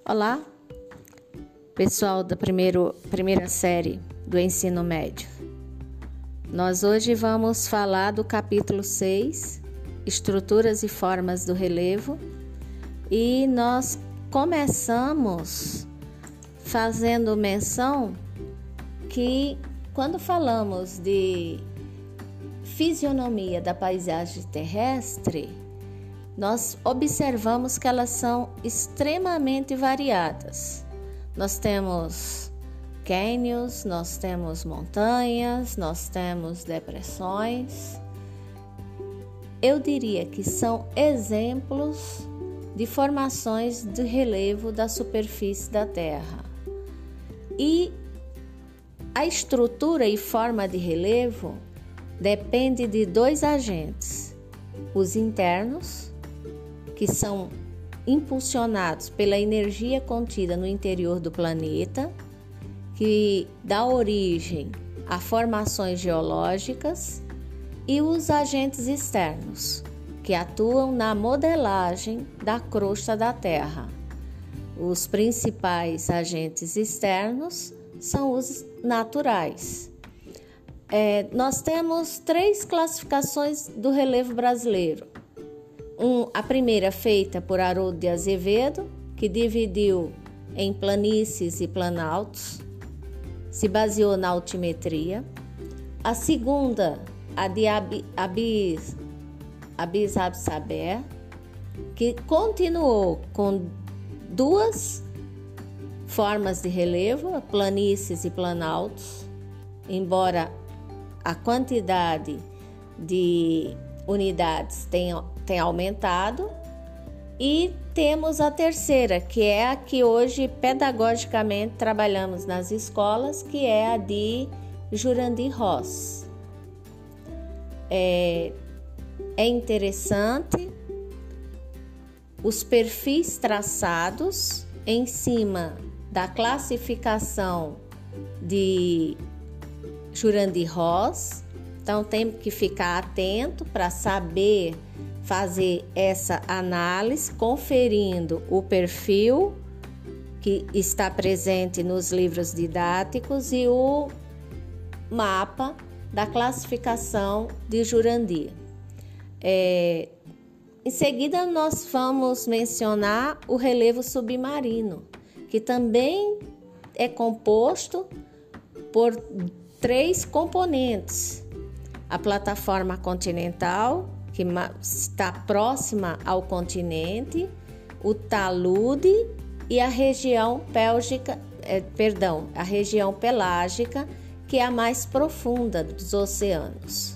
Olá, pessoal da primeira série do ensino médio. Nós hoje vamos falar do capítulo 6, Estruturas e Formas do Relevo, e nós começamos fazendo menção que quando falamos de fisionomia da paisagem terrestre, nós observamos que elas são extremamente variadas. Nós temos cânions, nós temos montanhas, nós temos depressões. Eu diria que são exemplos de formações de relevo da superfície da Terra. E a estrutura e forma de relevo depende de dois agentes: os internos, que são impulsionados pela energia contida no interior do planeta, que dá origem a formações geológicas, e os agentes externos, que atuam na modelagem da crosta da Terra. Os principais agentes externos são os naturais. Nós temos 3 classificações do relevo brasileiro. A primeira feita por Haroldo de Azevedo, que dividiu em planícies e planaltos, se baseou na altimetria. A segunda, a de Abis Absaber, que continuou com 2 formas de relevo, planícies e planaltos, embora a quantidade de unidades tenha aumentado. E temos a terceira, que é a que hoje pedagogicamente trabalhamos nas escolas, que é a de Jurandir Ross. É interessante os perfis traçados em cima da classificação de Jurandir Ross. Então, temos que ficar atento para saber fazer essa análise, conferindo o perfil que está presente nos livros didáticos e o mapa da classificação de Jurandir. Em seguida, nós vamos mencionar o relevo submarino, que também é composto por 3 componentes: a plataforma continental, que está próxima ao continente, o talude e a região a região pelágica, que é a mais profunda dos oceanos.